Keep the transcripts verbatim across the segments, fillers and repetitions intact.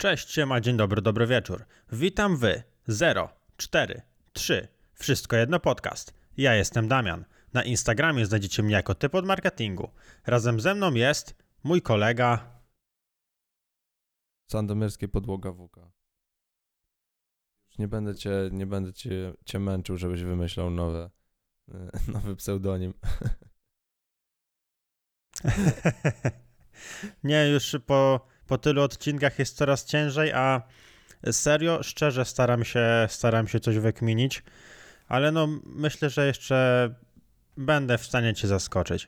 Cześć, siema, dzień dobry, dobry wieczór. Witam wy, zero, cztery, trzy, wszystko jedno podcast. Ja jestem Damian. Na Instagramie znajdziecie mnie jako typ od marketingu. Razem ze mną jest mój kolega... Sandomierskie podłoga W K. Już nie będę cię, nie będę cię, cię męczył, żebyś wymyślał nowe, nowy pseudonim. Nie, już po, po tylu odcinkach jest coraz ciężej, a serio, szczerze staram się, staram się coś wykminić, ale no myślę, że jeszcze będę w stanie cię zaskoczyć.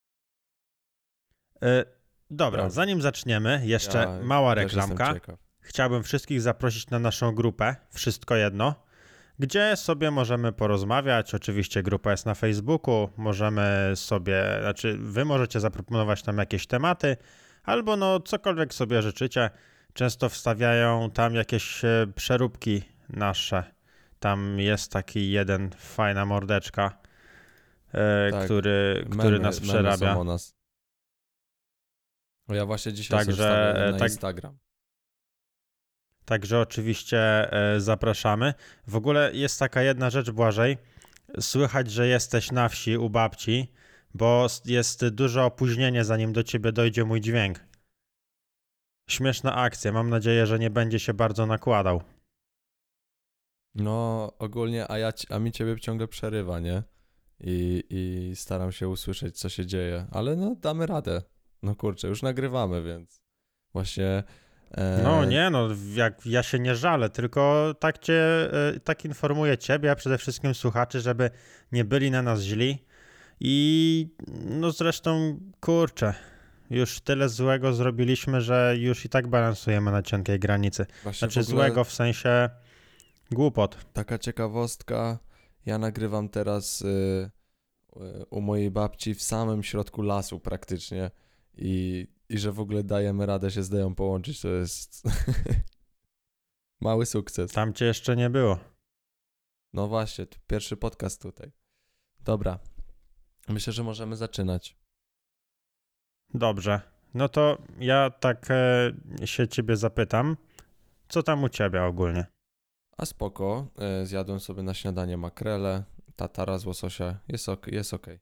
Yy, dobra, Dobrze. Zanim zaczniemy, jeszcze Ja mała też reklamka. jestem ciekaw. Chciałbym wszystkich zaprosić na naszą grupę Wszystko Jedno, gdzie sobie możemy porozmawiać. Oczywiście grupa jest na Facebooku, możemy sobie, znaczy wy możecie zaproponować tam jakieś tematy, albo no cokolwiek sobie życzycie. Często wstawiają tam jakieś e, przeróbki nasze. Tam jest taki jeden fajna mordeczka, e, Tak, który, który Memy, nas memy przerabia. są o nas. O, ja właśnie dzisiaj Także, sobie wstawię na tak- Instagram. Także oczywiście e, zapraszamy. W ogóle jest taka jedna rzecz, Błażej. Słychać, że jesteś na wsi u babci, bo s- jest duże opóźnienie, zanim do ciebie dojdzie mój dźwięk. Śmieszna akcja. Mam nadzieję, że nie będzie się bardzo nakładał. No ogólnie, a, ja, ci- a mi ciebie ciągle przerywa, nie? I, I staram się usłyszeć, co się dzieje. Ale no damy radę. No kurczę, już nagrywamy, więc właśnie... E, No nie, no jak ja się nie żalę, tylko tak cię, e, tak informuję ciebie, a przede wszystkim słuchaczy, żeby nie byli na nas źli. I no zresztą, kurczę, już tyle złego zrobiliśmy, że już i tak balansujemy na cienkiej granicy. właśnie Znaczy w ogóle złego w sensie głupot. Taka ciekawostka, ja nagrywam teraz y, y, u mojej babci w samym środku lasu praktycznie i, i że w ogóle dajemy radę się z Deją połączyć, to jest mały sukces. Tam cię jeszcze nie było. No właśnie, tu pierwszy podcast tutaj. Dobra, myślę, że możemy zaczynać. Dobrze. No to ja tak e, się ciebie zapytam, co tam u ciebie ogólnie? A spoko, y, zjadłem sobie na śniadanie makrelę, tatara z łososia, jest, ok, jest okej.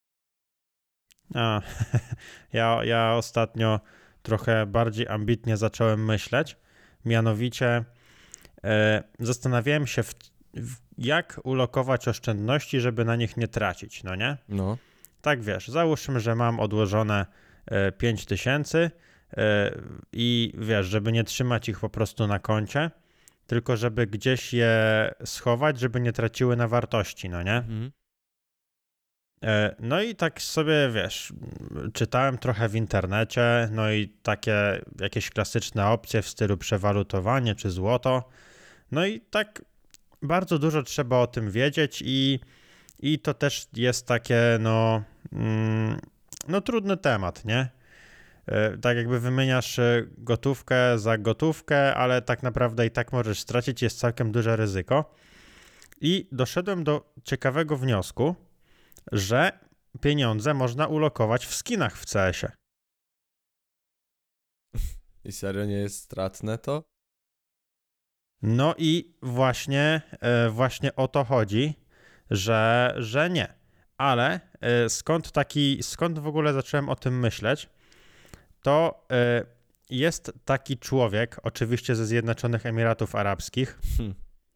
A, ja, ja ostatnio trochę bardziej ambitnie zacząłem myśleć. Mianowicie e, zastanawiałem się, w, w, jak ulokować oszczędności, żeby na nich nie tracić, no nie? No, Tak wiesz, załóżmy, że mam odłożone e, pięć tysięcy e, i wiesz, żeby nie trzymać ich po prostu na koncie, tylko żeby gdzieś je schować, żeby nie traciły na wartości, no nie? mhm. E, No i tak sobie, wiesz, czytałem trochę w internecie, no i takie jakieś klasyczne opcje w stylu przewalutowanie czy złoto. No i tak bardzo dużo trzeba o tym wiedzieć i, i to też jest takie, no, mm, no trudny temat, nie? E, Tak jakby wymieniasz e, gotówkę za gotówkę, ale tak naprawdę i tak możesz stracić, jest całkiem duże ryzyko. I doszedłem do ciekawego wniosku, że pieniądze można ulokować w skinach w C S-ie. I serio nie jest stratne to? No i właśnie, e, właśnie o to chodzi, że, że nie. Ale e, skąd taki, skąd w ogóle zacząłem o tym myśleć, to e, jest taki człowiek, oczywiście ze Zjednoczonych Emiratów Arabskich, Hm.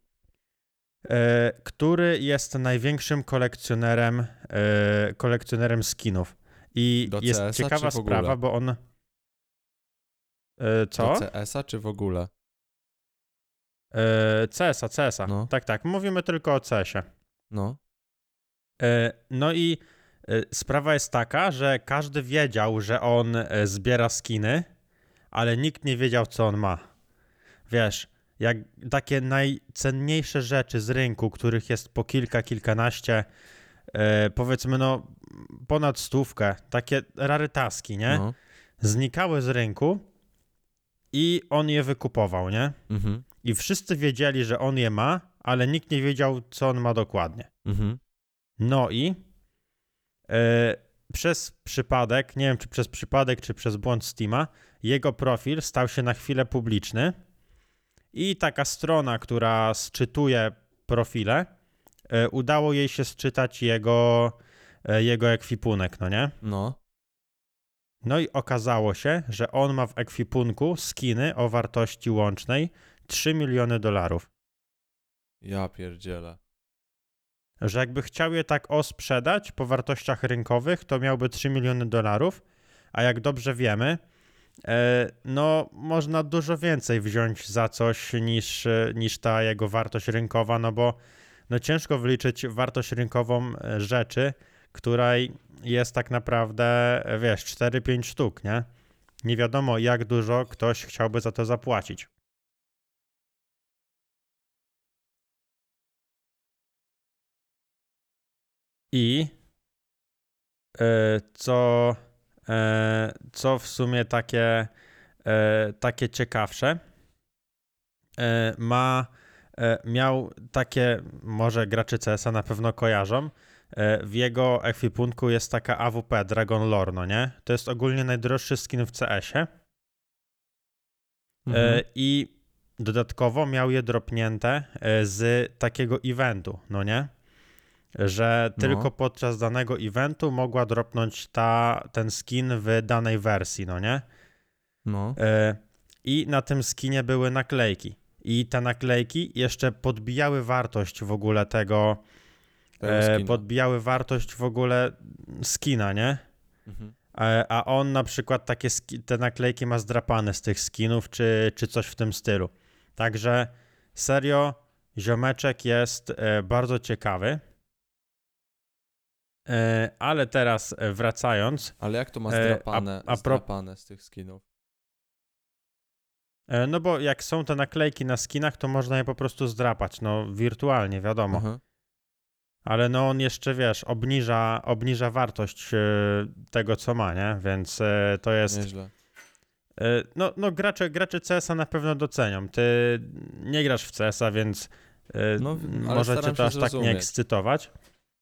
e, który jest największym kolekcjonerem, e, kolekcjonerem skinów. I Do jest C S-a ciekawa czy w ogóle? sprawa, bo on... E, Co? Do C S-a czy w ogóle? E, C S-a, C S-a. No. Tak, tak. Mówimy tylko o C S-ie. No. E, No i e, sprawa jest taka, że każdy wiedział, że on e, zbiera skiny, ale nikt nie wiedział, co on ma. Wiesz, jak takie najcenniejsze rzeczy z rynku, których jest po kilka, kilkanaście, e, powiedzmy no ponad stówkę, takie rarytaski, nie? No. Znikały z rynku i on je wykupował, nie? Mhm. I wszyscy wiedzieli, że on je ma, ale nikt nie wiedział, co on ma dokładnie. Mhm. No i e, przez przypadek, nie wiem czy przez przypadek, czy przez błąd Steama, jego profil stał się na chwilę publiczny i taka strona, która sczytuje profile, e, udało jej się sczytać jego, e, jego ekwipunek, no nie? No. No i okazało się, że on ma w ekwipunku skiny o wartości łącznej trzy miliony dolarów. Ja pierdzielę. Że jakby chciał je tak osprzedać po wartościach rynkowych, to miałby trzy miliony dolarów, a jak dobrze wiemy, e, no można dużo więcej wziąć za coś niż, niż ta jego wartość rynkowa, no bo no ciężko wyliczyć wartość rynkową rzeczy, której jest tak naprawdę, wiesz, cztery pięć sztuk, nie? Nie wiadomo, jak dużo ktoś chciałby za to zapłacić. I e, co, e, co w sumie takie, e, takie ciekawsze, e, ma, e, miał takie, może gracze C S a na pewno kojarzą, e, w jego ekwipunku jest taka A W P, Dragon Lore, no nie? To jest ogólnie najdroższy skin w C S ie. Mhm. E, I dodatkowo miał je dropnięte e, z takiego eventu, no nie? Że No. tylko podczas danego eventu mogła dropnąć ta, ten skin w danej wersji, no nie? No. E, I na tym skinie były naklejki. I te naklejki jeszcze podbijały wartość w ogóle tego, Tego e, skina. podbijały wartość w ogóle skina, nie? Mhm. E, a on na przykład takie ski- te naklejki ma zdrapane z tych skinów, czy, czy coś w tym stylu. Także serio, ziomeczek jest e, bardzo ciekawy. E, ale teraz e, wracając, Ale jak to ma E, zdrapane, a- a pro- zdrapane z tych skinów? e, no bo jak są te naklejki na skinach, to można je po prostu zdrapać, no wirtualnie, wiadomo. Aha. Ale no on jeszcze, wiesz, obniża, obniża wartość e, tego, co ma, nie? Więc e, to jest... Nieźle. e, No, no gracze, gracze C S a na pewno docenią. Ty nie grasz w C S a, więc e, No, ale może cię staram to się aż tak nie zrozumieć. ekscytować.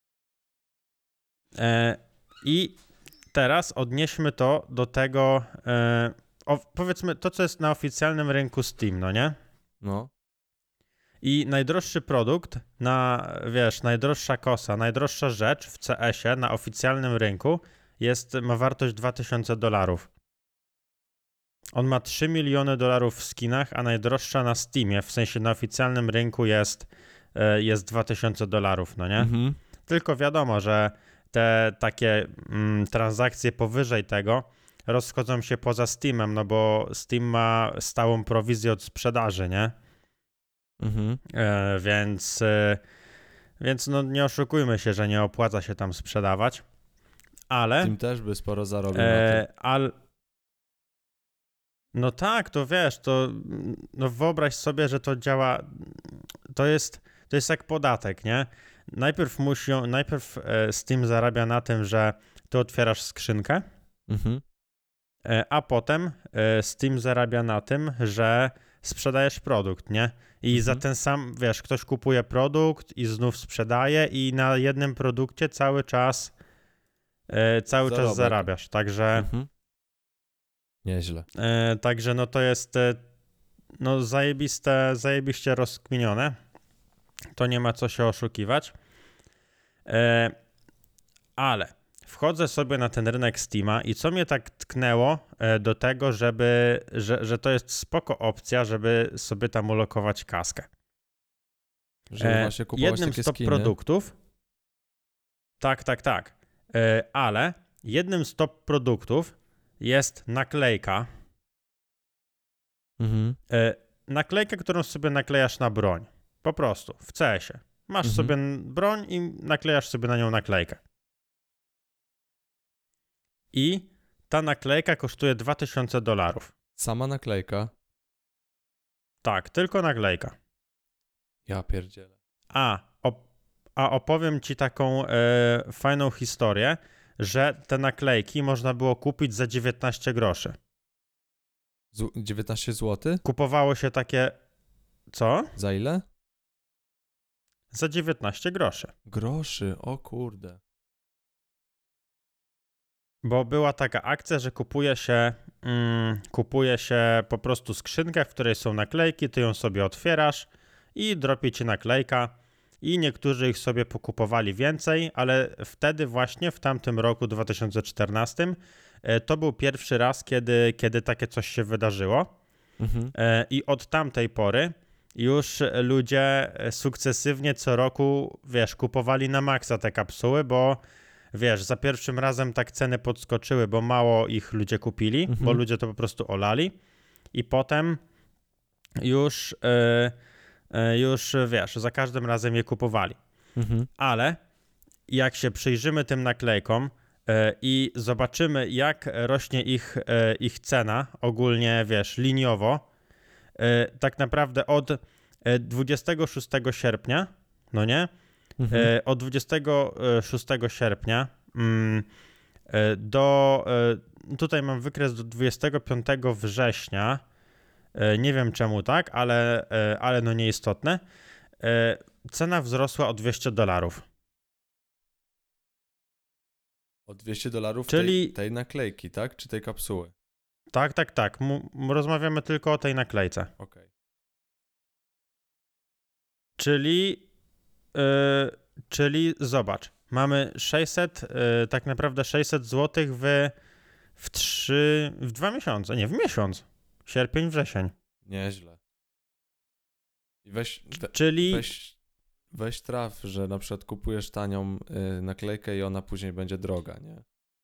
E, I teraz odnieśmy to do tego, e, o, powiedzmy, to, co jest na oficjalnym rynku Steam, no nie? No. I najdroższy produkt, na, wiesz, najdroższa kosa, najdroższa rzecz w C S ie na oficjalnym rynku jest, ma wartość dwa tysiące dolarów. On ma trzy miliony dolarów w skinach, a najdroższa na Steamie, w sensie na oficjalnym rynku jest, e, jest dwa tysiące dolarów, no nie? Mhm. Tylko wiadomo, że te takie mm, transakcje powyżej tego rozchodzą się poza Steamem, no bo Steam ma stałą prowizję od sprzedaży, nie? Mhm. E, więc, e, więc no nie oszukujmy się, że nie opłaca się tam sprzedawać, ale... Steam też by sporo zarobił na E, tym. al... No tak, to wiesz, to no wyobraź sobie, że to działa, to jest, to jest jak podatek, nie? Najpierw musi, najpierw e, Steam zarabia na tym, że ty otwierasz skrzynkę, Mhm. e, a potem e, Steam zarabia na tym, że sprzedajesz produkt, nie? I Mhm. za ten sam, wiesz, ktoś kupuje produkt i znów sprzedaje i na jednym produkcie cały czas e, cały czas Zarobek. zarabiasz, także... Mhm. Nieźle. E, także no to jest e, no zajebiste, zajebiście rozkminione. To nie ma co się oszukiwać. E, ale wchodzę sobie na ten rynek Steama i co mnie tak tknęło e, do tego, żeby, że, że to jest spoko opcja, żeby sobie tam ulokować kaskę. Żeby E, właśnie kupować jednym takie z top skiny. produktów, tak, tak, tak, e, ale jednym z top produktów jest naklejka, Mhm. E, naklejkę, którą sobie naklejasz na broń. Po prostu, w C S ie. Masz Mhm. sobie n- broń i naklejasz sobie na nią naklejkę. I ta naklejka kosztuje dwa tysiące dolarów. Sama naklejka. Tak, tylko naklejka. Ja pierdzielę. A, op- a opowiem ci taką e, fajną historię, że te naklejki można było kupić za dziewiętnaście groszy. Z- dziewiętnaście złotych? Kupowało się takie... Co? Za ile? Za dziewiętnaście groszy. Groszy, o kurde. Bo była taka akcja, że kupuje się mm, kupuje się po prostu skrzynkę, w której są naklejki, ty ją sobie otwierasz i dropie ci naklejka i niektórzy ich sobie pokupowali więcej, ale wtedy właśnie w tamtym roku dwa tysiące czternastym e, to był pierwszy raz, kiedy, kiedy takie coś się wydarzyło. Mhm. E, I od tamtej pory już ludzie sukcesywnie co roku, wiesz, kupowali na maksa te kapsuły, bo wiesz, za pierwszym razem tak ceny podskoczyły, bo mało ich ludzie kupili, Mhm. bo ludzie to po prostu olali i potem już, e, e, już wiesz, za każdym razem je kupowali. Mhm. Ale jak się przyjrzymy tym naklejkom e, i zobaczymy, jak rośnie ich, e, ich cena ogólnie, wiesz, liniowo, e, tak naprawdę od e, dwudziestego szóstego sierpnia, no nie? Mhm. E, od dwudziestego szóstego sierpnia mm, e, do, e, tutaj mam wykres do dwudziestego piątego września, e, nie wiem czemu tak, ale, e, ale no nieistotne, e, cena wzrosła o dwieście dolarów. O dwieście dolarów Czyli- tej, tej naklejki, tak? Czy tej kapsuły? Tak, tak, tak. M- rozmawiamy tylko o tej naklejce. Okej. Czyli, yy, czyli zobacz, mamy sześćset, yy, tak naprawdę sześćset złotych w, w trzy, w dwa miesiące, nie, w miesiąc. Sierpień, wrzesień. Nieźle. I weź, we, Czyli, weź, weź traf, że na przykład kupujesz tanią y, naklejkę i ona później będzie droga, nie?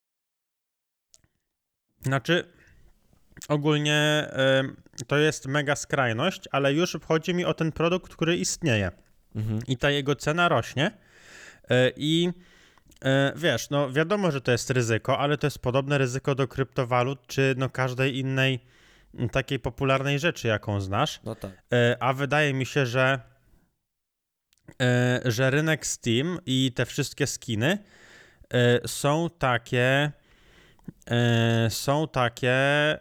znaczy, ogólnie yy, to jest mega skrajność, ale już chodzi mi o ten produkt, który istnieje. Mhm. I ta jego cena rośnie. Yy, I E, Wiesz, no wiadomo, że to jest ryzyko, ale to jest podobne ryzyko do kryptowalut, czy no każdej innej m, takiej popularnej rzeczy, jaką znasz. No tak. E, A wydaje mi się, że, e, że rynek Steam i te wszystkie skiny e, są takie, e, są takie, e,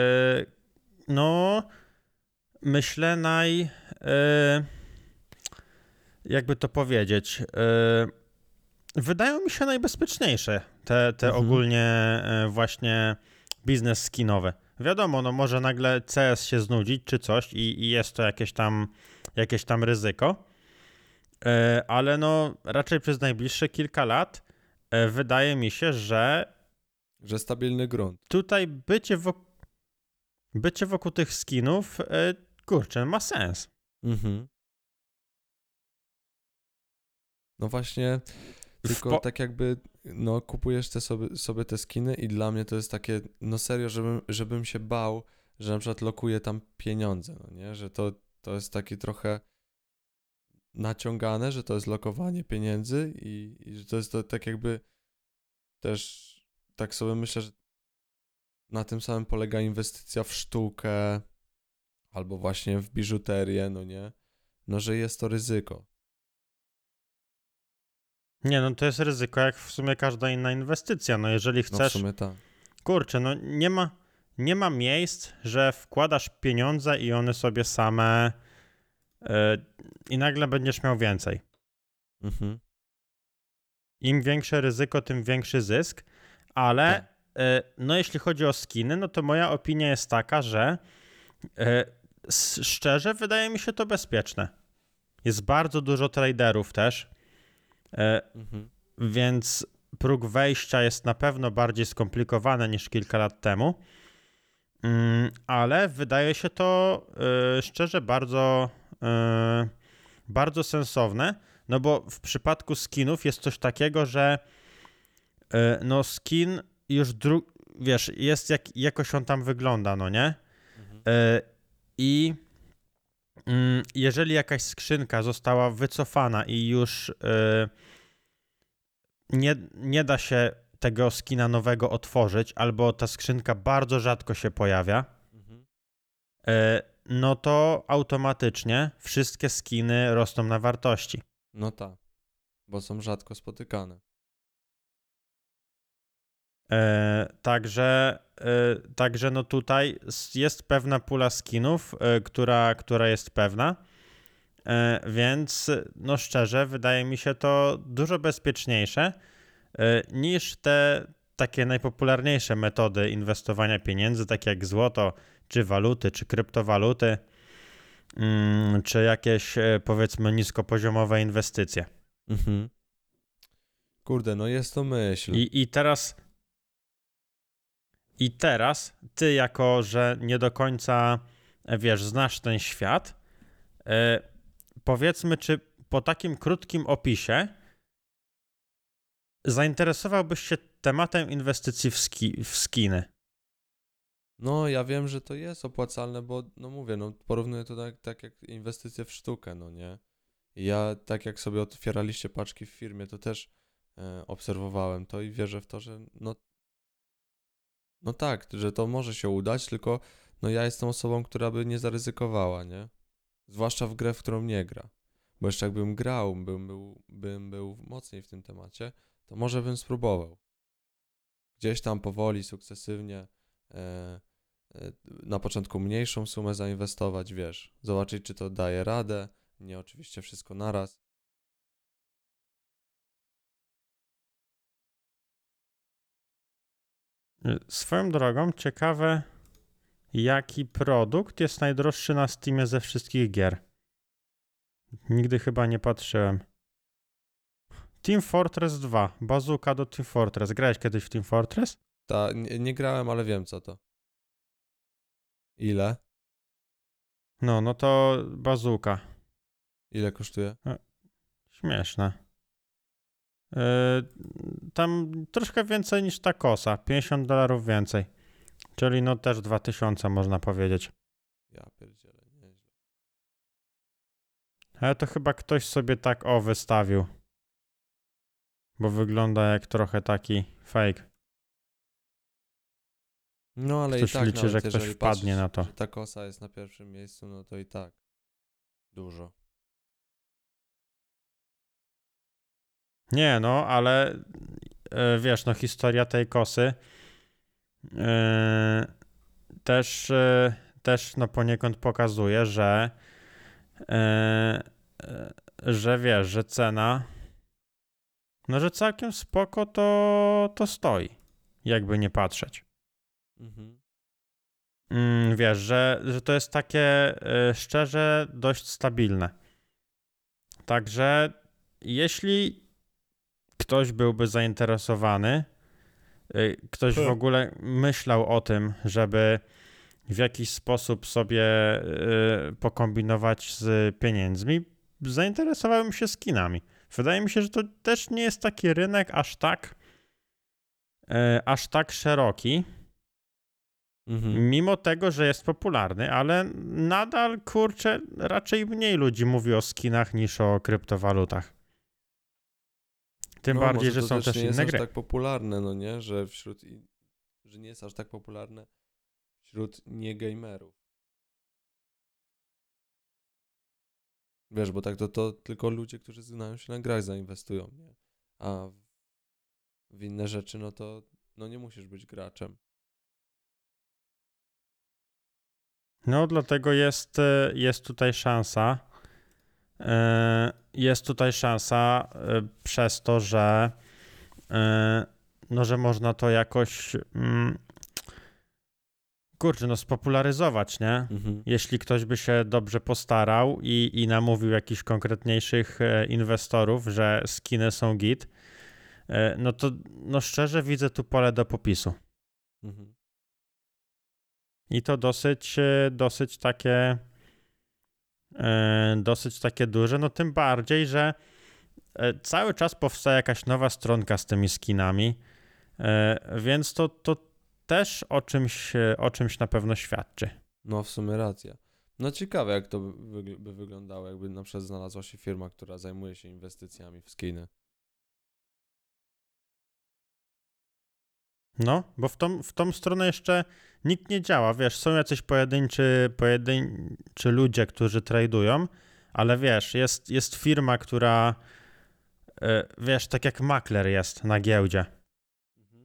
no myślę naj, e, jakby to powiedzieć, e, wydają mi się najbezpieczniejsze te, te Mhm. ogólnie e, właśnie biznes skinowy. Wiadomo, no może nagle C S się znudzić czy coś i, i jest to jakieś tam, jakieś tam ryzyko, e, ale no raczej przez najbliższe kilka lat e, wydaje mi się, że Że stabilny grunt. tutaj bycie, wok- bycie wokół tych skinów, e, kurczę, ma sens. Mhm. No właśnie, tylko po- tak jakby, no kupujesz te sobie, sobie te skiny i dla mnie to jest takie, no serio, żebym, żebym się bał, że na przykład lokuję tam pieniądze, no nie? Że to, to jest taki trochę naciągane, że to jest lokowanie pieniędzy i, i że to jest to tak jakby też, tak sobie myślę, że na tym samym polega inwestycja w sztukę albo właśnie w biżuterię, no nie? No, że jest to ryzyko. Nie, no to jest ryzyko jak w sumie każda inna inwestycja. No jeżeli No w chcesz... sumie tak. Kurczę, no nie ma, nie ma miejsc, że wkładasz pieniądze i one sobie same yy, i nagle będziesz miał więcej. Mhm. Im większe ryzyko, tym większy zysk, ale Tak. yy, no jeśli chodzi o skiny, no to moja opinia jest taka, że yy, s- szczerze wydaje mi się to bezpieczne. Jest bardzo dużo traderów też, yy, Mhm. więc próg wejścia jest na pewno bardziej skomplikowany niż kilka lat temu, mm, ale wydaje się to y, szczerze bardzo, y, bardzo sensowne, no bo w przypadku skinów jest coś takiego, że y, no skin już, dru- wiesz, jest jak, jakoś on tam wygląda, no nie? Mhm. Y, I mm, jeżeli jakaś skrzynka została wycofana i już y, nie, nie da się tego skina nowego otworzyć, albo ta skrzynka bardzo rzadko się pojawia, Mhm. e, no to automatycznie wszystkie skiny rosną na wartości. No tak, bo są rzadko spotykane. E, także, e, także no tutaj s- jest pewna pula skinów, e, która, która jest pewna, e, więc no szczerze wydaje mi się to dużo bezpieczniejsze e, niż te takie najpopularniejsze metody inwestowania pieniędzy, takie jak złoto, czy waluty, czy kryptowaluty, mm, czy jakieś e, powiedzmy niskopoziomowe inwestycje. Mhm. Kurde, no jest to myśl. I, i teraz i teraz ty jako, że nie do końca e, wiesz, znasz ten świat, e, powiedzmy, czy po takim krótkim opisie zainteresowałbyś się tematem inwestycji w, ski, w skiny? No, ja wiem, że to jest opłacalne, bo, no mówię, no porównuję to tak, tak jak inwestycje w sztukę, no nie? I ja, tak jak sobie otwieraliście paczki w firmie, to też e, obserwowałem to i wierzę w to, że no, no tak, że to może się udać, tylko no ja jestem osobą, która by nie zaryzykowała, nie? Zwłaszcza w grę, w którą nie gra. Bo jeszcze jakbym grał, bym był, bym był mocniej w tym temacie, to może bym spróbował. Gdzieś tam powoli, sukcesywnie, e, e, na początku mniejszą sumę zainwestować, wiesz, zobaczyć, czy to daje radę, nie oczywiście wszystko naraz. Swoją drogą, ciekawe, jaki produkt jest najdroższy na Steamie ze wszystkich gier. Nigdy chyba nie patrzyłem. Team Fortress dwa. Bazooka do Team Fortress. Grałeś kiedyś w Team Fortress? Ta, nie, nie grałem, ale wiem co to. Ile? No, no to bazooka. Ile kosztuje? Śmieszne. Yy, tam troszkę więcej niż ta kosa. pięćdziesiąt dolarów więcej. Czyli no też dwa tysiące można powiedzieć. Ja pierdzielę, nieźle. Ale to chyba ktoś sobie tak o wystawił. Bo wygląda jak trochę taki fake. No ale Ktoś i tak liczy, nawet że ktoś jeżeli wpadnie patrzysz, na to. że ta kosa jest na pierwszym miejscu, no to i tak dużo. Nie, no, ale e, wiesz, no historia tej kosy e, też, e, też no poniekąd pokazuje, że e, e, że wiesz, że cena no, że całkiem spoko to, to stoi, jakby nie patrzeć. Mhm. Mm, wiesz, że, że to jest takie e, szczerze dość stabilne. Także jeśli ktoś byłby zainteresowany, y, ktoś w ogóle myślał o tym, żeby w jakiś sposób sobie y, pokombinować z pieniędzmi, zainteresowałem się skinami. Wydaje mi się, że to też nie jest taki rynek aż tak y, aż tak szeroki, Mhm. mimo tego, że jest popularny, ale nadal, kurczę, raczej mniej ludzi mówi o skinach niż o kryptowalutach. Tym No, bardziej, może że to są też też nie jest inne aż gry. tak popularne, no nie? Że wśród, i- że nie jest aż tak popularne wśród niegamerów. Wiesz, bo tak to, to tylko ludzie, którzy znają się na grach zainwestują, nie? A w, w inne rzeczy, no to no nie musisz być graczem. No, dlatego jest, e, jest tutaj szansa. e, Jest tutaj szansa e, przez to, że e, no, że można to jakoś mm, kurczę, no spopularyzować, nie? Mhm. Jeśli ktoś by się dobrze postarał i, i namówił jakichś konkretniejszych e, inwestorów, że skiny są git, e, no to no szczerze widzę tu pole do popisu. Mhm. I to dosyć, e, dosyć takie e, dosyć takie duże, no tym bardziej, że e, cały czas powstaje jakaś nowa stronka z tymi skinami, e, więc to, to też o czymś, e, o czymś na pewno świadczy. No, w sumie racja. No ciekawe, jak to by, wygl- by wyglądało, jakby na przykład znalazła się firma, która zajmuje się inwestycjami w skiny. No, bo w tą, w tą stronę jeszcze nikt nie działa, wiesz, są jacyś pojedynczy, pojedynczy ludzie, którzy tradują, ale wiesz, jest, jest firma, która, e, wiesz, tak jak makler jest na giełdzie Mhm.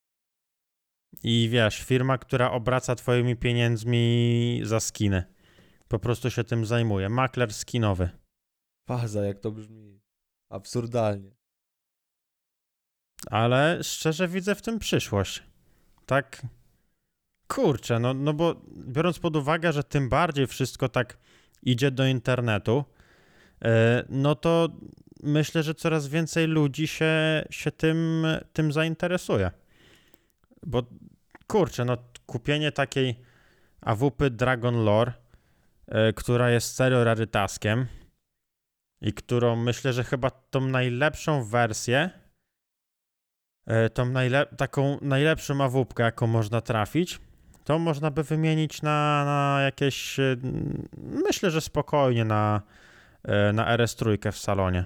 i wiesz, firma, która obraca twoimi pieniędzmi za skiny, po prostu się tym zajmuje, makler skinowy. Faza, jak to brzmi. Absurdalnie. ale szczerze widzę w tym przyszłość. Tak, kurczę, no, no bo biorąc pod uwagę, że tym bardziej wszystko tak idzie do internetu, e, no to myślę, że coraz więcej ludzi się, się tym, tym zainteresuje. Bo kurczę, no kupienie takiej A W P Dragon Lore, e, która jest serio rarytaskiem i którą myślę, że chyba tą najlepszą wersję, e, tą najle- taką najlepszą A W P, jaką można trafić, to można by wymienić na, na jakieś, e, myślę, że spokojnie na, e, na R S trzy w salonie.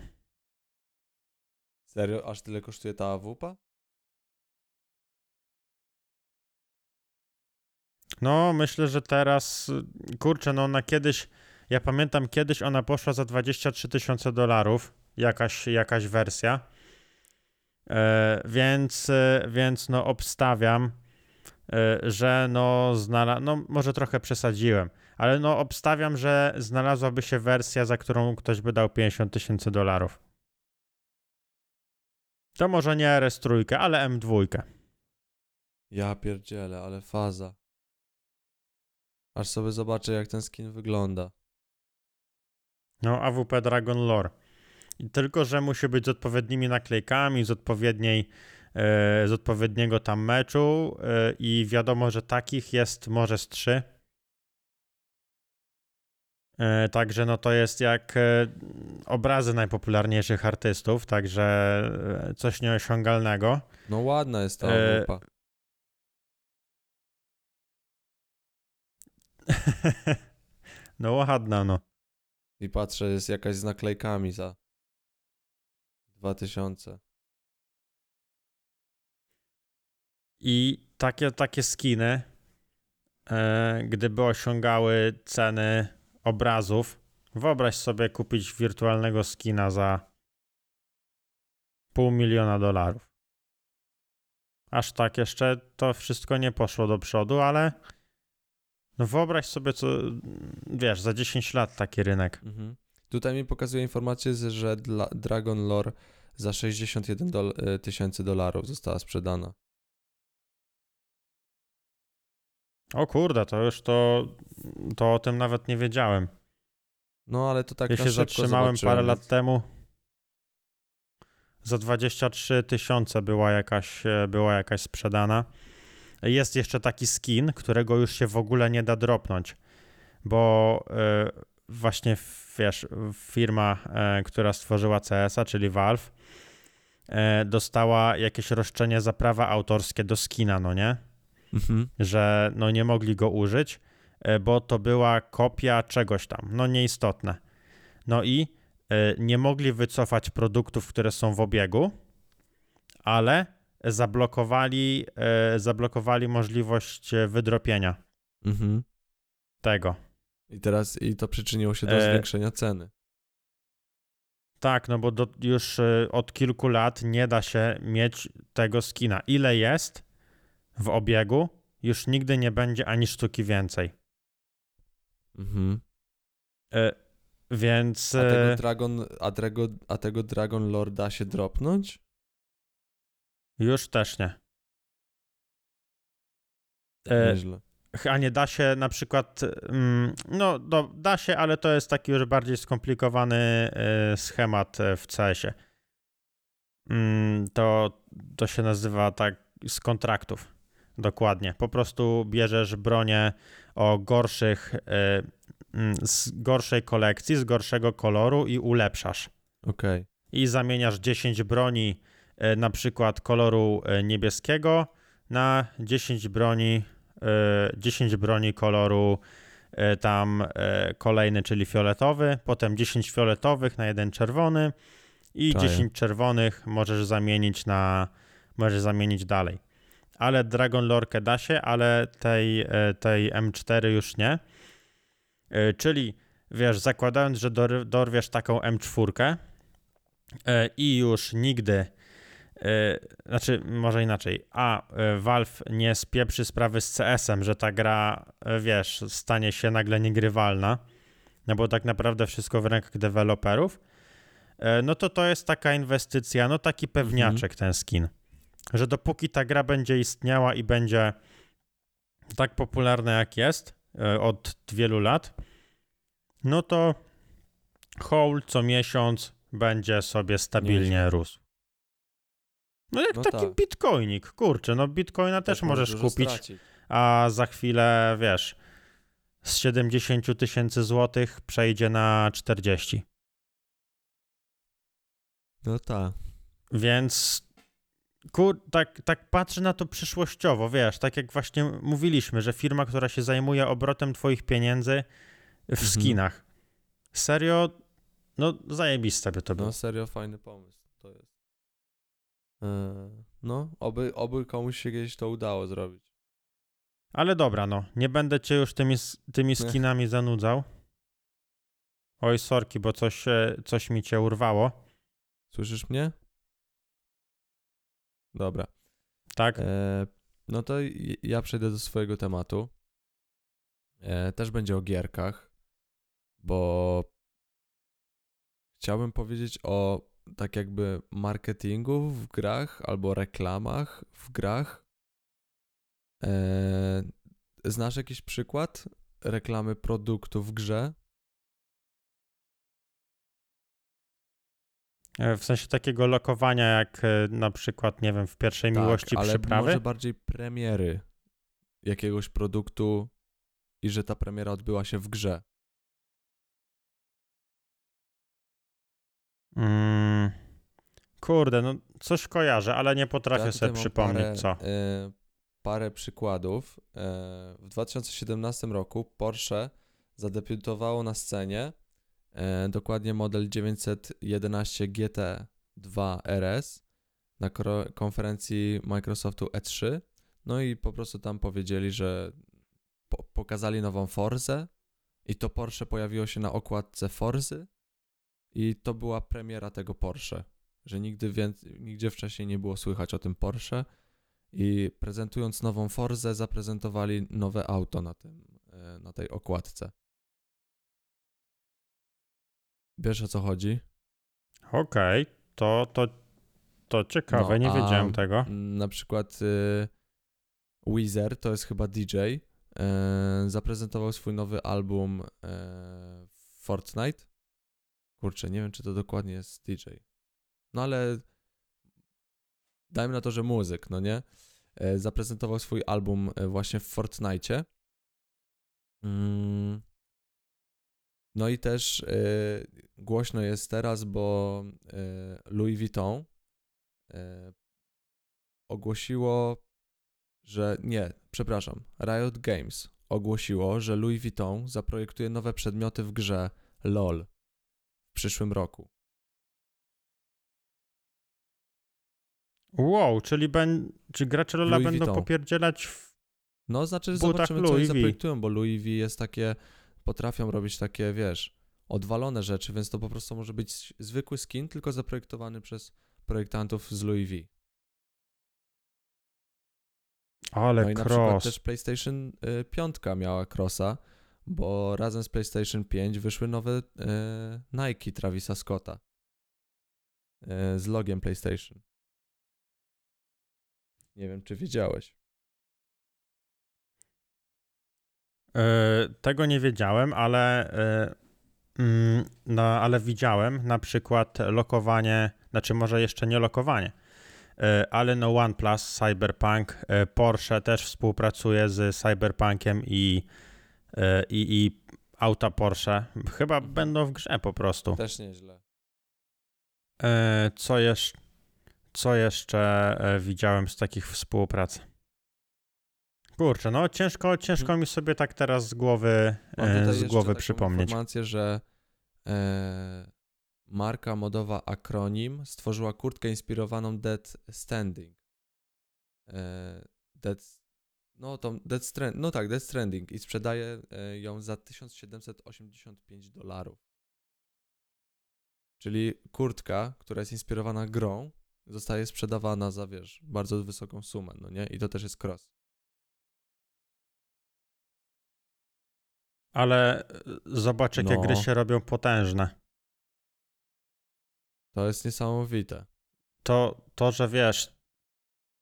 Serio? Aż tyle kosztuje ta A W P? No, myślę, że teraz, kurczę, no ona kiedyś, ja pamiętam kiedyś ona poszła za dwadzieścia trzy tysiące dolarów, jakaś, jakaś wersja, e, więc, e, więc no obstawiam, e, że no znalazł, no może trochę przesadziłem, ale no obstawiam, że znalazłaby się wersja, za którą ktoś by dał pięćdziesiąt tysięcy dolarów. To może nie R S trzy, ale M dwa. Ja pierdzielę, ale faza. Aż sobie zobaczę, jak ten skin wygląda. No, A W P Dragon Lore. I tylko, że musi być z odpowiednimi naklejkami, z odpowiedniej, e, z odpowiedniego tam meczu e, i wiadomo, że takich jest może z trzy. E, także no to jest jak e, obrazy najpopularniejszych artystów, także e, coś nieosiągalnego. No ładna jest ta E, A W P. No ładna, no. I patrzę, jest jakaś z naklejkami za dwa tysiące. I takie, takie skiny, e, gdyby osiągały ceny obrazów, wyobraź sobie kupić wirtualnego skina za pół miliona dolarów. Aż tak jeszcze to wszystko nie poszło do przodu, ale no wyobraź sobie, co, wiesz, za dziesięć lat taki rynek. Mhm. Tutaj mi pokazuje informację, że dla Dragon Lore za sześćdziesiąt jeden dol- tysięcy dolarów została sprzedana. O kurde, to już to, to o tym nawet nie wiedziałem. No ale to tak Ja na się szybko zatrzymałem zobaczyłem, parę lat więc- temu. Za dwadzieścia trzy tysiące była jakaś, była jakaś sprzedana. Jest jeszcze taki skin, którego już się w ogóle nie da dropnąć, bo y, właśnie, wiesz, firma, y, która stworzyła C S a, czyli Valve, y, dostała jakieś roszczenie za prawa autorskie do skina, no nie? Mhm. Że no nie mogli go użyć, y, bo to była kopia czegoś tam, no nieistotne. No i y, nie mogli wycofać produktów, które są w obiegu, ale zablokowali, y, zablokowali możliwość wydropienia Mhm. tego. I teraz i to przyczyniło się do E, zwiększenia ceny. Tak, no bo do, już y, od kilku lat nie da się mieć tego skina. Ile jest w obiegu, już nigdy nie będzie ani sztuki więcej. Mhm. Y, więc... A tego y, Dragon, a tego, a tego Dragon Lore da się dropnąć? Już też nie. Y, Nieźle. A nie da się na przykład, mm, no do, da się, ale to jest taki już bardziej skomplikowany y, schemat y, w C S ie. Mm, to, to się nazywa tak z kontraktów. Dokładnie. Po prostu bierzesz bronię o gorszych, y, mm, z gorszej kolekcji, z gorszego koloru i ulepszasz. Okej. I zamieniasz dziesięć broni y, na przykład koloru y, niebieskiego na dziesięć broni y, dziesięć broni koloru y, tam y, kolejny, czyli fioletowy, potem dziesięć fioletowych na jeden czerwony i Czaję. dziesięć czerwonych możesz zamienić na możesz zamienić dalej. Ale Dragon Lorkę da się, ale tej, y, tej M cztery już nie. Y, Czyli wiesz, zakładając, że dor- dorwiesz taką M cztery y, i już nigdy Yy, znaczy, może inaczej. A yy, Valve nie spieprzy sprawy z C S em, że ta gra, yy, wiesz, stanie się nagle niegrywalna, no bo tak naprawdę wszystko w rękach deweloperów, yy, no to to jest taka inwestycja, no taki pewniaczek ten skin. że dopóki ta gra będzie istniała i będzie tak popularna jak jest e, od wielu lat, no to hold co miesiąc będzie sobie stabilnie Nieźle. rósł. No jak No taki tak. bitcoinik, kurczę, no bitcoina też, Też może możesz dużo kupić, stracić. a za chwilę, wiesz, z siedemdziesiąt tysięcy złotych przejdzie na czterdzieści. No tak. Więc kur, tak, tak patrzę na to przyszłościowo, wiesz, tak jak właśnie mówiliśmy, że firma, która się zajmuje obrotem twoich pieniędzy w Mhm. skinach. Serio, no zajebiste by to było. No serio fajny pomysł to jest. Eee, no, oby, oby komuś się kiedyś to udało zrobić. Ale dobra, no, nie będę cię już tymi, s- tymi skinami zanudzał. Oj, sorki, bo coś, e, coś mi cię urwało, Słyszysz mnie? Dobra. tak? Eee, no to j- ja przejdę do swojego tematu. Eee, też będzie o gierkach, bo chciałbym powiedzieć o tak jakby marketingu w grach albo reklamach w grach. Eee, znasz jakiś przykład reklamy produktu w grze? E, W sensie takiego lokowania, jak e, na przykład, nie wiem, w pierwszej miłości ale przyprawy. może bardziej premiery jakiegoś produktu i że ta premiera odbyła się w grze. Mm, kurde, no coś kojarzę, ale nie potrafię Ja tutaj sobie mam przypomnieć parę, co. e, parę przykładów. E, w dwa tysiące siedemnastym roku Porsche zadebiutowało na scenie e, dokładnie model dziewięćset jedenaście G T dwa R S na kro- konferencji Microsoftu E trzy. No i po prostu tam powiedzieli, że po- pokazali nową Forzę i to Porsche pojawiło się na okładce Forzy i to była premiera tego Porsche, że nigdy więcej, nigdzie wcześniej nie było słychać o tym Porsche i prezentując nową Forzę zaprezentowali nowe auto na tym, e, na tej okładce. Wiesz o co chodzi? Okej, to, to, to ciekawe, No, nie a wiedziałem tego. mm, na przykład y, Weezer, to jest chyba D J, e, zaprezentował swój nowy album e, Fortnite. Kurczę, nie wiem, czy to dokładnie jest D J. No ale dajmy na to, że muzyk, no nie? E, zaprezentował swój album e, właśnie w Fortnite. Mm. No i też e, głośno jest teraz, bo e, Louis Vuitton e, ogłosiło, że nie, przepraszam, Riot Games ogłosiło, że Louis Vuitton zaprojektuje nowe przedmioty w grze LOL w przyszłym roku. Wow, czyli, ben, czy gracze Lola Louis będą Vuitton. popierdzielać w... No, znaczy W butach zobaczymy, co oni Louis V. zaprojektują, bo Louis V jest takie, potrafią robić takie, wiesz, odwalone rzeczy, więc to po prostu może być zwykły skin, tylko zaprojektowany przez projektantów z Louis V. Ale No i na przykład cross. też PlayStation y, pięć miała crossa, bo razem z PlayStation pięć wyszły nowe y, Nike Travisa Scotta y, z logiem PlayStation. Nie wiem, czy wiedziałeś. E, tego nie wiedziałem, ale, e, mm, no, ale widziałem na przykład lokowanie, znaczy może jeszcze nie lokowanie, e, ale no OnePlus, Cyberpunk, e, Porsche też współpracuje z Cyberpunkiem i, e, i, i auta Porsche chyba Mhm. będą w grze po prostu. Też nieźle. E, co, jeszcze, co jeszcze e, widziałem z takich współprac? Kurczę, no ciężko, ciężko Mhm. mi sobie tak teraz z głowy, Mam e, tutaj z jeszcze głowy taką przypomnieć. informację, że e, marka modowa Acronym stworzyła kurtkę inspirowaną Dead Standing. E, Dead, no, to Dead Strand, no tak, Dead Stranding i sprzedaje e, ją za tysiąc siedemset osiemdziesiąt pięć dolarów. Czyli kurtka, która jest inspirowana grą, zostaje sprzedawana za, wiesz, bardzo wysoką sumę, no nie? I to też jest cross. Ale e, zobacz, jakie No. gry się robią potężne. To jest niesamowite. To, to, że wiesz,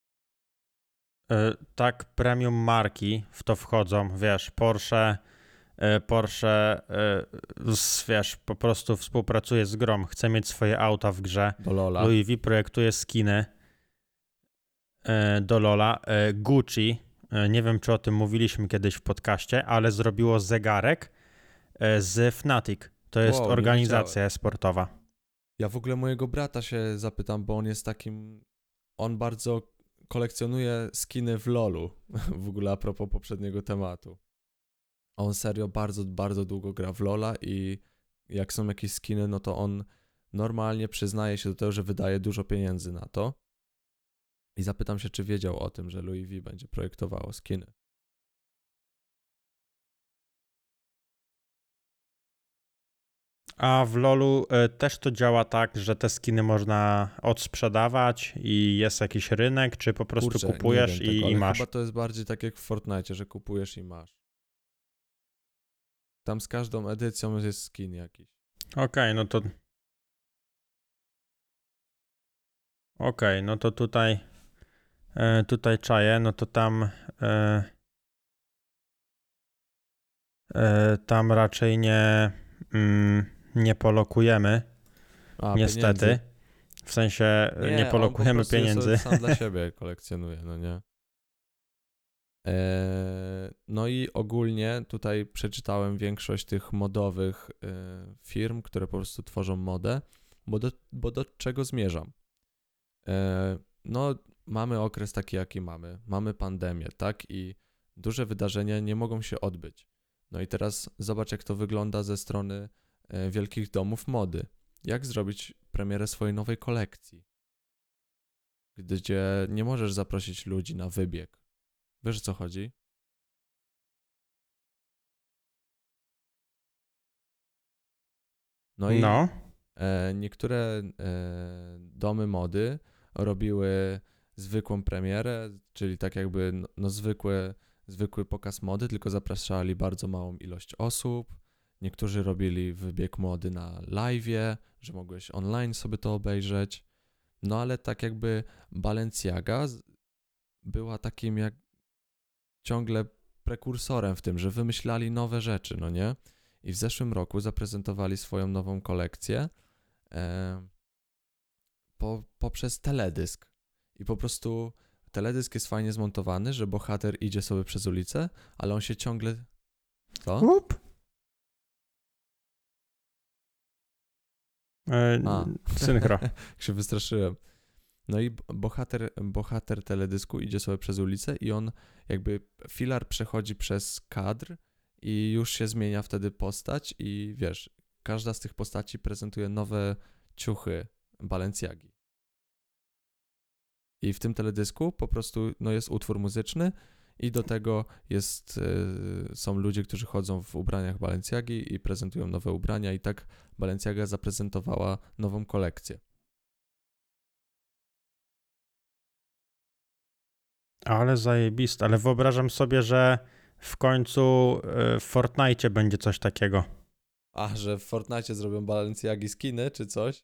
E, tak premium marki w to wchodzą, wiesz, Porsche, e, Porsche, e, z, wiesz, po prostu współpracuje z grą, chce mieć swoje auta w grze. Do Lola. Louis V projektuje skiny e, do Lola. E, Gucci, e, nie wiem czy o tym mówiliśmy kiedyś w podcaście, ale zrobiło zegarek e, z Fnatic. To jest Wow, nie organizacja sportowa. Ja w ogóle mojego brata się zapytam, bo on jest takim... On bardzo kolekcjonuje skiny w LoLu. W ogóle a propos poprzedniego tematu. On serio bardzo, bardzo długo gra w LoLa i jak są jakieś skiny, no to on normalnie przyznaje się do tego, że wydaje dużo pieniędzy na to. I zapytam się, czy wiedział o tym, że Louis V będzie projektowało skiny. A w LoLu e, też to działa tak, że te skiny można odsprzedawać i jest jakiś rynek, czy po prostu Kurczę, kupujesz nie wiem i, tego, i ale masz? chyba to jest bardziej tak jak w Fortnite, że kupujesz i masz. Tam z każdą edycją jest skin jakiś. Okej, no to... Okej, no to tutaj, e, tutaj czaję, no to tam, e, e, tam raczej nie, mm, nie polokujemy, A, niestety. pieniędzy? W sensie e, nie Nie, on po polokujemy prostu je pieniędzy. sobie sam dla siebie kolekcjonuje, no nie? Eee, no i ogólnie tutaj przeczytałem większość tych modowych e, firm, które po prostu tworzą modę, bo do, bo do czego zmierzam? E, no, mamy okres taki, jaki mamy. Mamy pandemię, tak? I duże wydarzenia nie mogą się odbyć. No i teraz zobacz, jak to wygląda ze strony e, wielkich domów mody. Jak zrobić premierę swojej nowej kolekcji, gdzie nie możesz zaprosić ludzi na wybieg. Wiesz, o co chodzi? No i No, e, niektóre e, domy mody robiły zwykłą premierę, czyli tak jakby no, no zwykły, zwykły pokaz mody, tylko zapraszali bardzo małą ilość osób. Niektórzy robili wybieg mody na live'ie, że mogłeś online sobie to obejrzeć. No ale tak jakby Balenciaga z- była takim jak ciągle prekursorem w tym, że wymyślali nowe rzeczy, no nie? I w zeszłym roku zaprezentowali swoją nową kolekcję e, po, poprzez teledysk. I po prostu teledysk jest fajnie zmontowany, że bohater idzie sobie przez ulicę, ale on się ciągle... Co? up. E, A. synchro. Jak się wystraszyłem. No i bohater, bohater teledysku idzie sobie przez ulicę i on jakby filar przechodzi przez kadr i już się zmienia wtedy postać i wiesz, każda z tych postaci prezentuje nowe ciuchy Balenciagi. I w tym teledysku po prostu no, jest utwór muzyczny i do tego jest, yy, są ludzie, którzy chodzą w ubraniach Balenciagi i prezentują nowe ubrania i tak Balenciaga zaprezentowała nową kolekcję. Ale zajebiste, ale wyobrażam sobie, że w końcu e, w Fortnite będzie coś takiego. A, że w Fortnite zrobią Balenciagi skiny czy coś?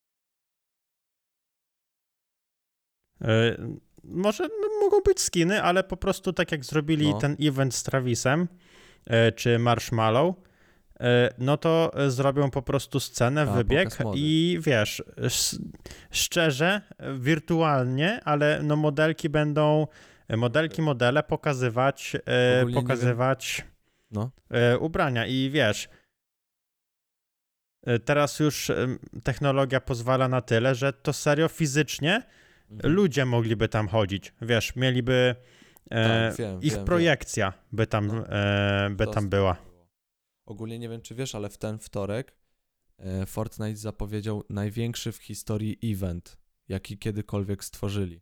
E, może no, mogą być skiny, ale po prostu tak jak zrobili No. ten event z Travisem, e, czy Marshmallow, e, no to e, zrobią po prostu scenę, A, wybieg pokaz mody. i wiesz, sz, szczerze, e, wirtualnie, ale no modelki będą, e, modelki, modele pokazywać, e, Ogólnie nie pokazywać No. e, ubrania i wiesz, e, teraz już em, technologia pozwala na tyle, że to serio fizycznie Mhm. ludzie mogliby tam chodzić, wiesz, mieliby e, Tak, wiem, ich wiem, projekcja by tam, No. e, by To tam z- była. Ogólnie nie wiem, czy wiesz, ale w ten wtorek e, Fortnite zapowiedział największy w historii event, jaki kiedykolwiek stworzyli.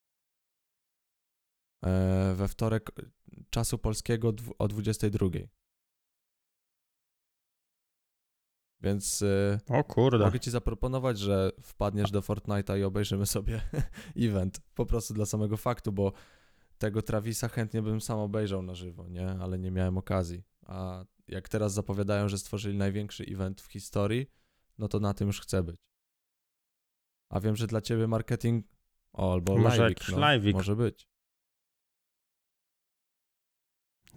E, we wtorek e, czasu polskiego dwu- o dwudziestej drugiej. Więc e, O kurde. mogę ci zaproponować, że wpadniesz do Fortnite'a i obejrzymy sobie event. Po prostu dla samego faktu, bo tego Travisa chętnie bym sam obejrzał na żywo, nie? Ale nie miałem okazji. A jak teraz zapowiadają, że stworzyli największy event w historii, no to na tym już chcę być. A wiem, że dla ciebie marketing... O, albo Może live'ik, jakiś no. live'ik. Może być.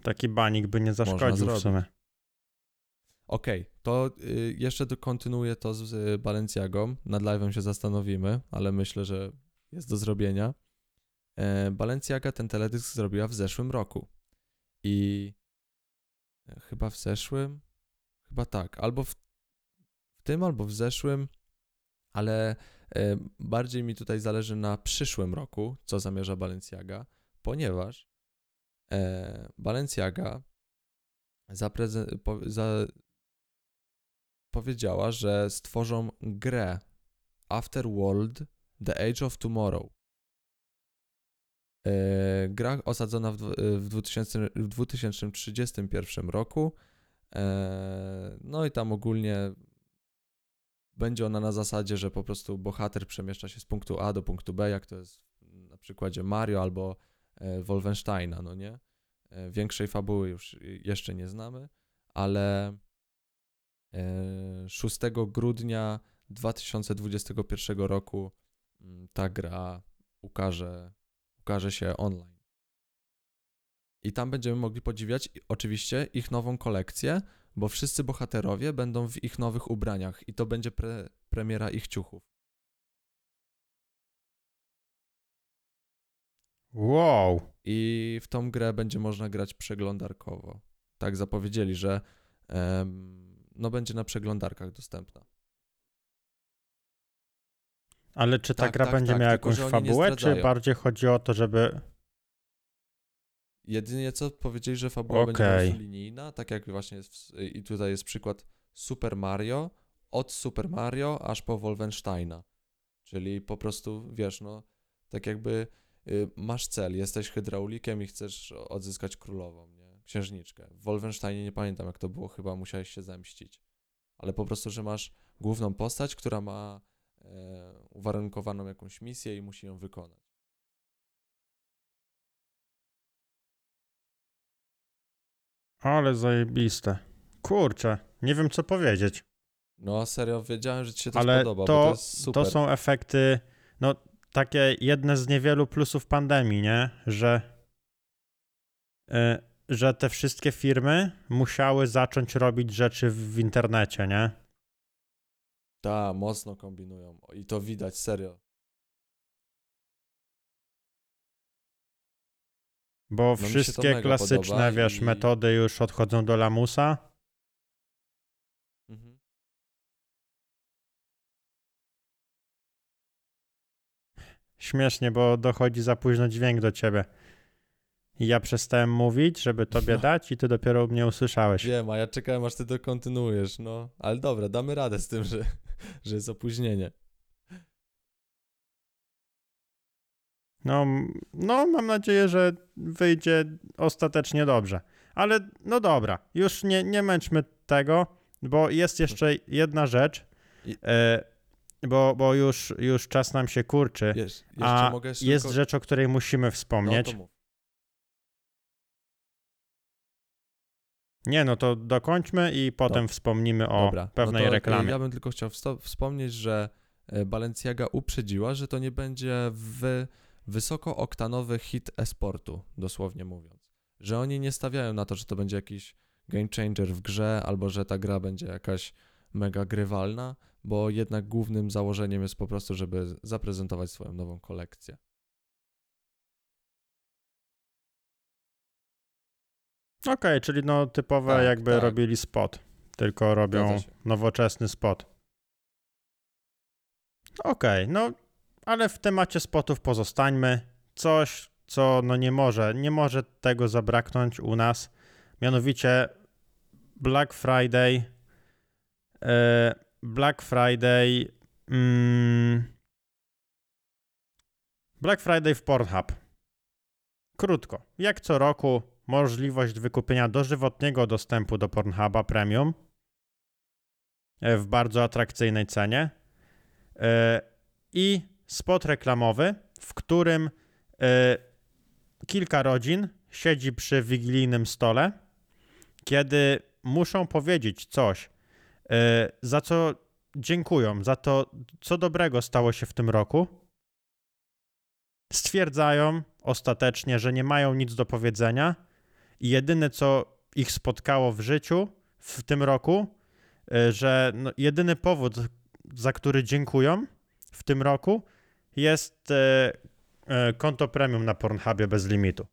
Taki banik by nie zaszkodził w zrobić. sumie. Okej, to y, jeszcze do- kontynuuję to z y, Balenciagą. Nad live'em się zastanowimy, ale myślę, że jest do zrobienia. E, Balenciaga ten teledysk zrobiła w zeszłym roku. I e, chyba w zeszłym? Chyba tak. Albo w, w tym, albo w zeszłym, ale e, bardziej mi tutaj zależy na przyszłym roku, co zamierza Balenciaga, ponieważ e, Balenciaga zaprezen- po, za, powiedziała, że stworzą grę Afterworld The Age of Tomorrow. E, gra osadzona w, dw- w, dwutysięcznym, w dwa tysiące trzydziestym pierwszym roku. E, no i tam ogólnie będzie ona na zasadzie, że po prostu bohater przemieszcza się z punktu A do punktu B, jak to jest na przykładzie Mario albo e, Wolfensteina, no nie? E, większej fabuły już jeszcze nie znamy, ale e, szóstego grudnia dwa tysiące dwudziestego pierwszego roku m, ta gra ukaże, ukaże się online. I tam będziemy mogli podziwiać i- oczywiście ich nową kolekcję, bo wszyscy bohaterowie będą w ich nowych ubraniach i to będzie pre, premiera ich ciuchów. Wow. I w tą grę będzie można grać przeglądarkowo. Tak zapowiedzieli, że em, no będzie na przeglądarkach dostępna. Ale czy ta Tak, gra tak, będzie tak, miała tylko jakąś że oni nie fabułę, czy zdradzają. bardziej chodzi o to, żeby... Jedynie co powiedzieli, że fabuła będzie po Okej. prostu linijna, tak jak właśnie jest w, i tutaj jest przykład Super Mario, od Super Mario aż po Wolfensteina. Czyli po prostu, wiesz, no, tak jakby y, masz cel, jesteś hydraulikiem i chcesz odzyskać królową, nie? Księżniczkę. W Wolfensteinie nie pamiętam jak to było, chyba musiałeś się zemścić. Ale po prostu, że masz główną postać, która ma e, uwarunkowaną jakąś misję i musi ją wykonać. Ale zajebiste. Kurczę, nie wiem co powiedzieć. No serio, wiedziałem, że ci się to Ale spodoba, bo to to, jest super. to są efekty, no takie jedne z niewielu plusów pandemii, nie? Że, y, że te wszystkie firmy musiały zacząć robić rzeczy w, w internecie, nie? Ta, mocno kombinują i to widać, serio. Bo mi się to wszystkie mega klasyczne, podoba wiesz, i- metody już odchodzą do lamusa. Mhm. Śmiesznie, bo dochodzi za późno dźwięk do ciebie. I ja przestałem mówić, żeby tobie No. dać i ty dopiero mnie usłyszałeś. Wiem, a ja czekałem aż ty to kontynuujesz, no. Ale dobra, damy radę z tym, że, że jest opóźnienie. No, m- no, mam nadzieję, że wyjdzie ostatecznie dobrze. Ale no dobra, już nie, nie męczmy tego, bo jest jeszcze jedna rzecz, I- e, bo, bo już, już czas nam się kurczy, Wiesz, jeszcze a mogę jeszcze jest tylko... rzecz, o której musimy No wspomnieć. to mów. Nie, no to dokończmy i potem wspomnimy o Dobra, pewnej no to, reklamie. Ja bym tylko chciał wsto- wspomnieć, że e, Balenciaga uprzedziła, że to nie będzie w wysokooktanowy hit e-sportu, dosłownie mówiąc. Że oni nie stawiają na to, że to będzie jakiś game changer w grze, albo że ta gra będzie jakaś mega grywalna, bo jednak głównym założeniem jest po prostu, żeby zaprezentować swoją nową kolekcję. Okej, czyli no typowe Tak, jakby tak. robili spot, tylko robią Zgadza się. nowoczesny spot. Okej, no ale w temacie spotów pozostańmy. Coś, co no nie może, nie może tego zabraknąć u nas, mianowicie Black Friday. E, Black Friday. Mm, Black Friday w Pornhub. Krótko, jak co roku możliwość wykupienia dożywotniego dostępu do Pornhuba Premium e, w bardzo atrakcyjnej cenie e, i spot reklamowy, w którym e, kilka rodzin siedzi przy wigilijnym stole, kiedy muszą powiedzieć coś, e, za co dziękują, za to, co dobrego stało się w tym roku. Stwierdzają ostatecznie, że nie mają nic do powiedzenia i jedyne, co ich spotkało w życiu w tym roku, y, że no, jedyny powód, za który dziękują w tym roku, jest y, y, konto premium na Pornhubie bez limitu.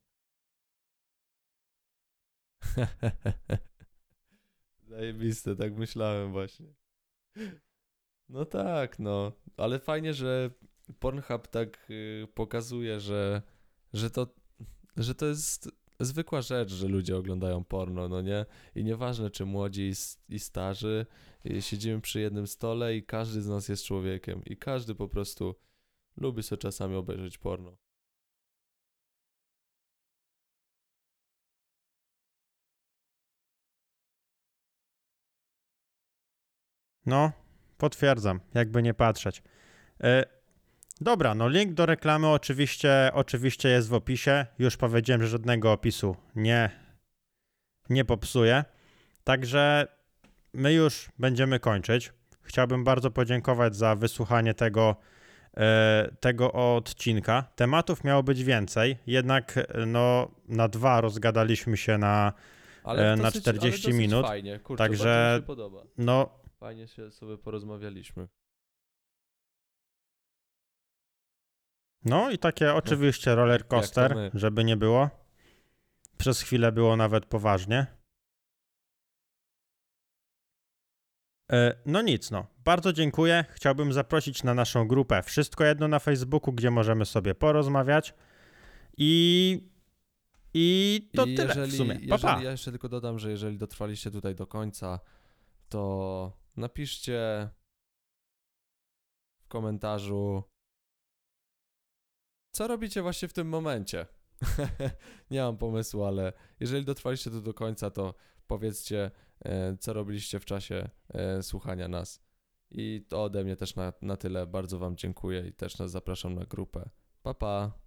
Zajebiste, tak myślałem właśnie. No tak, no, ale fajnie, że Pornhub tak y, pokazuje, że, że to, że to jest zwykła rzecz, że ludzie oglądają porno, no nie? I nieważne, czy młodzi i, s- i starzy, y, siedzimy przy jednym stole i każdy z nas jest człowiekiem i każdy po prostu lubi sobie czasami obejrzeć porno. No, potwierdzam, jakby nie patrzeć. E, dobra, no link do reklamy oczywiście, oczywiście jest w opisie. Już powiedziałem, że żadnego opisu nie, nie popsuję. Także my już będziemy kończyć. Chciałbym bardzo podziękować za wysłuchanie tego, e, tego odcinka. Tematów miało być więcej, jednak e, no, na dwa rozgadaliśmy się na, Ale e, na dosyć, ale czterdzieści dosyć minut. fajnie, kurczę, Także bardzo mi się podoba. no, Fajnie się sobie porozmawialiśmy. no i takie oczywiście roller Jak to coaster, my. żeby nie było. Przez chwilę było nawet poważnie. E, No nic, no. Bardzo dziękuję. Chciałbym zaprosić na naszą grupę Wszystko Jedno na Facebooku, gdzie możemy sobie porozmawiać. I, i to I tyle jeżeli, w sumie. Pa, jeżeli pa. ja jeszcze tylko dodam, że jeżeli dotrwaliście tutaj do końca, to napiszcie w komentarzu, co robicie właśnie w tym momencie. Nie mam pomysłu, ale jeżeli dotrwaliście tu do końca, to powiedzcie, e, co robiliście w czasie e, słuchania nas. I to ode mnie też na, na tyle. Bardzo wam dziękuję i też nas zapraszam na grupę. Pa, pa.